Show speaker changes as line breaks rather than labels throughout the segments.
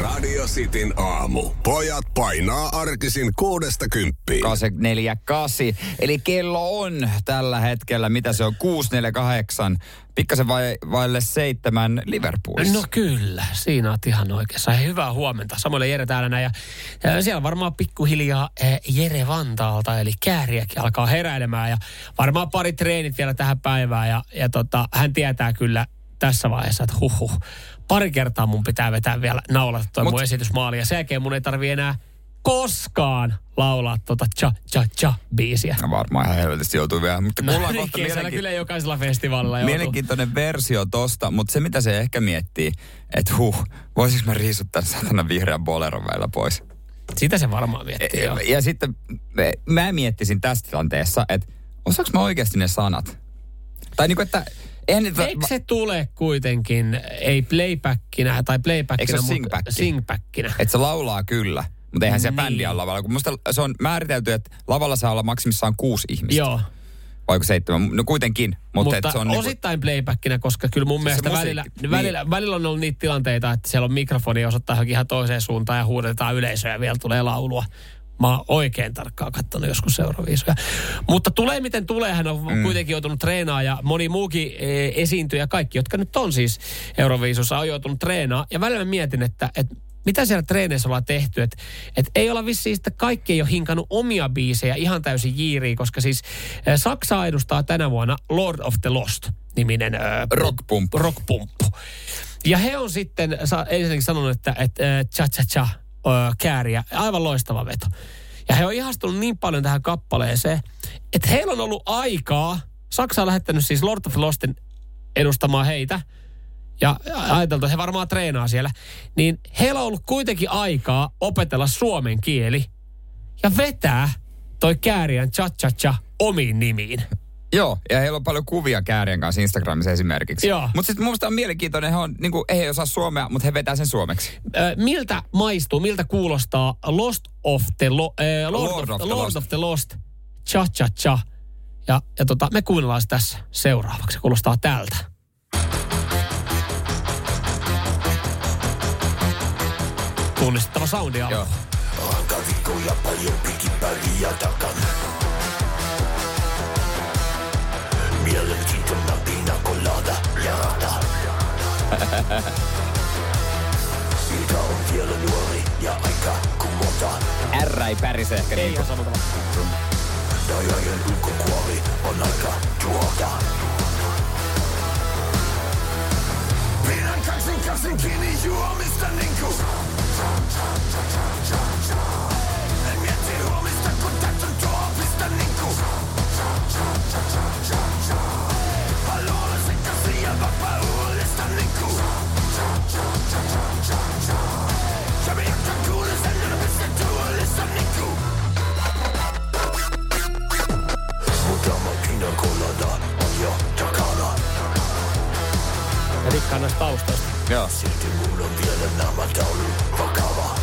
Radio Cityn aamu. Pojat painaa arkisin 6–10.
8:48. Eli kello on tällä hetkellä, mitä se on, 6:48. Pikkasen vaille 7 Liverpoolissa.
No kyllä, siinä on ihan oikeassa. Hyvää huomenta. Samoille Jere täällä näin. Ja siellä varmaan pikkuhiljaa Jere Vantaalta, eli Kääriäkin alkaa heräilemään. Ja varmaan pari treenit vielä tähän päivään. Ja hän tietää kyllä tässä vaiheessa, että pari kertaa mun pitää vetää vielä naulata toi mun esitysmaali. Ja sen jälkeen mun ei tarvii enää koskaan laulaa cha-cha-cha-biisiä.
No varmaan ihan helvetisti joutuu vielä. Mutta kuullaan kohta
kyllä jokaisella festivaalilla joutuu.
Mielenkiintoinen versio tosta, mutta se mitä se ehkä miettii, että voisinko mä riisuttaa satana vihreän boleron välillä pois?
Sitä se varmaan miettii, joo.
Ja sitten mä miettisin tässä tilanteessa, että osaanko mä oikeasti ne sanat? Tai niinku, että
eikö se tule kuitenkin, ei playbackina tai playbackina, mutta singbackina?
Että se laulaa kyllä, mutta eihän se bändi ole lavalla. Kun musta se on määritelty, että lavalla saa olla maksimissaan 6 ihmistä.
Joo.
Vaiko 7? No kuitenkin. Mutta se on
osittain playbackina, koska kyllä mun mielestä välillä on ollut niitä tilanteita, että siellä on mikrofoni ja osoittaa ihan toiseen suuntaan ja huudetaan yleisöä ja vielä tulee laulua. Mä oon oikein tarkkaan katsonut joskus Euroviisuja. Mutta tulee miten tulee, hän on kuitenkin joutunut treenaamaan ja moni muukin esiintyjä, kaikki, jotka nyt on siis Euroviisussa, on joutunut treenaamaan. Ja välillä mä mietin, että mitä siellä treeneissä ollaan tehty, että ei olla vissiin, että kaikki ei ole hinkannut omia biisejä ihan täysin jiiriin, koska siis Saksaa edustaa tänä vuonna Lord of the Lost-niminen rockpumppu. Ja he on sitten ensinnäkin sanonut, että cha-cha-cha, Kääriä, aivan loistava veto. Ja he on ihastunut niin paljon tähän kappaleeseen, että heillä on ollut aikaa, Saksa on lähettänyt siis Lord of the Lostin edustamaan heitä, ja ajateltu, että he varmaan treenaa siellä, niin heillä on ollut kuitenkin aikaa opetella suomen kieli ja vetää toi Kääriän cha-cha-cha omiin nimiin.
Joo, ja heillä on paljon kuvia Kääriän kanssa Instagramissa esimerkiksi.
Joo.
Mutta sitten minusta on mielenkiintoinen, he on, niinku, ei osaa suomea, mutta he vetää sen suomeksi.
Miltä maistuu, miltä kuulostaa Lord of the Lost, cha-cha-cha. Ja me kuunnellaan se tässä seuraavaksi. Se kuulostaa tältä. Tunnistettava soundi alku.
Joo.
Rankavikkoja paljon pikipäriä takana. Mielenkiintoinen pina colada ja rata. Ilta on vielä nuori ja aika kumota.
R ei pärise ehkä niin.
Ei sanota.
Dajajan ulkokuori on aika tuota. Pidän kaksin kiinni juomista niinku. En mieti huomista kun tätä tuopista niinku. Haluan sekaisin ja vapauudesta niinku. Ja me jatkan kuulisen ylpistä tuolissa niinku. Muutama pina colada on jo takana.
Mä dikkaan näistä taustoista.
Joo.
Silti mun on vielä naamataulu vakava.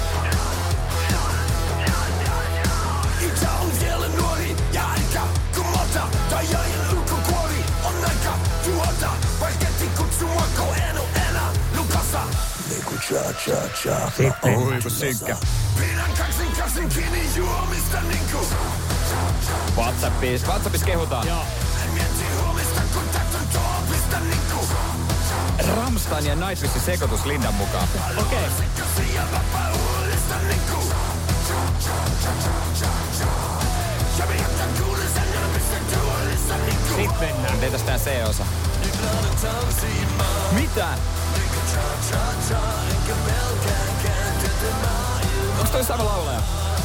Ilta on vielä nuori ja aika kumota. Dajajan ulkokuori on aika tuota. Vaikeasti kutsua ko en oo enää lukassa. Niinku cha-cha-cha.
Oi, kun synkkä.
Pidän kaksin kiinni juomista niinku.
WhatsAppissa kehutaan.
Joo.
En mieti huomista kun tätön tuopista niinku.
Rammstein ja Nightwishin sekoitus Lindan mukaan.
Okei.
Sekaisin ja vapauudesta niinku. Ja me jatkan kuulisen ylpistä tuolissa niinku.
Sit mennään.
Teitäs tää C-osa. Mitä? Onks toi sama laulaja?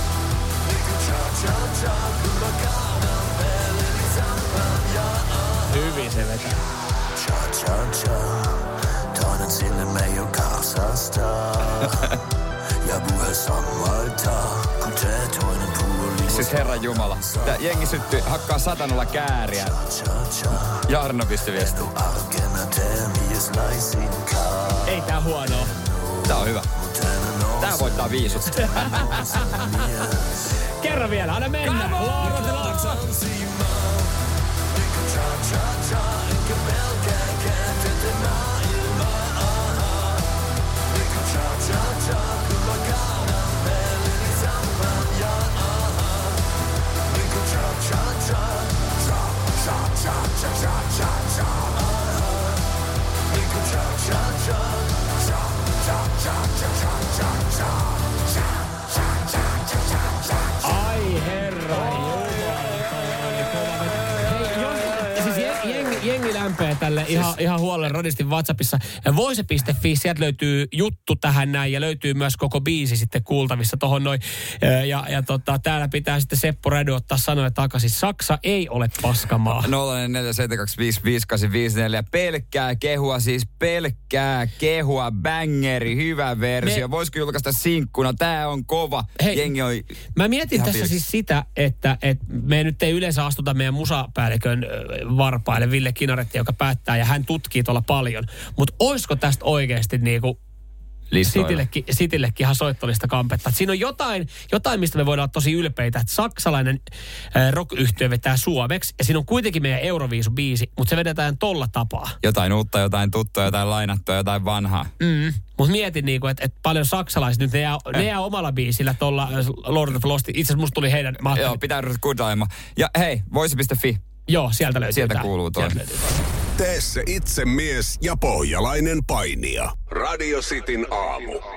Hyvin se vetää.
Cha-cha-cha, toinen silmä jo kasasta. Ja puhe sammaltaa, kuten toinen puoli.
Siis Herran Jumala. Tää jengi syttyi hakkaa satanalla Kääriä. Jarno pisti viesti.
Ei tää huonoa.
Tää on hyvä. Tää voittaa viisut.
Kerran vielä, anna mennä. Lord of the Lost. MP tälle ihan huolelle radistin WhatsAppissa. Voise.fi, sieltä löytyy juttu tähän näin ja löytyy myös koko biisi sitten kuultavissa tohon noin. Täällä pitää sitten Seppo Rädy ottaa sanoja takaisin. Saksa ei ole paskamaa.
047255854. Pelkkää kehua, siis pelkkää kehua, bangeri, hyvä versio. Voisiko julkaista sinkkuna? Tää on kova.
Hei,
jengi on
mä mietin tässä siis sitä, että me nyt ei yleensä astuta meidän musapäällikön varpaille Ville Kinaretti, joka päättää ja hän tutkii tuolla paljon. Mutta oisko tästä oikeasti niinku Cityllekin ihan soittolista kampetta. Siinä on jotain, mistä me voidaan olla tosi ylpeitä, että saksalainen rock-yhtiö vetää suomeksi, ja siinä on kuitenkin meidän Euroviisu-biisi, mutta se vedetään tolla tapaa.
Jotain uutta, jotain tuttua, jotain lainattua, jotain vanhaa.
Mutta mietin, niinku, että paljon saksalaiset nyt, ne jää omalla biisillä tuolla Lord of Lost. Itse asiassa musta tuli heidän...
Joo, pitää ruveta goodailemaan. Ja hei, voise.fi.
Joo, sieltä löytyy.
Sieltä kuuluu toi.
Tee se itse mies ja pohjalainen painija. Radio Cityn aamu.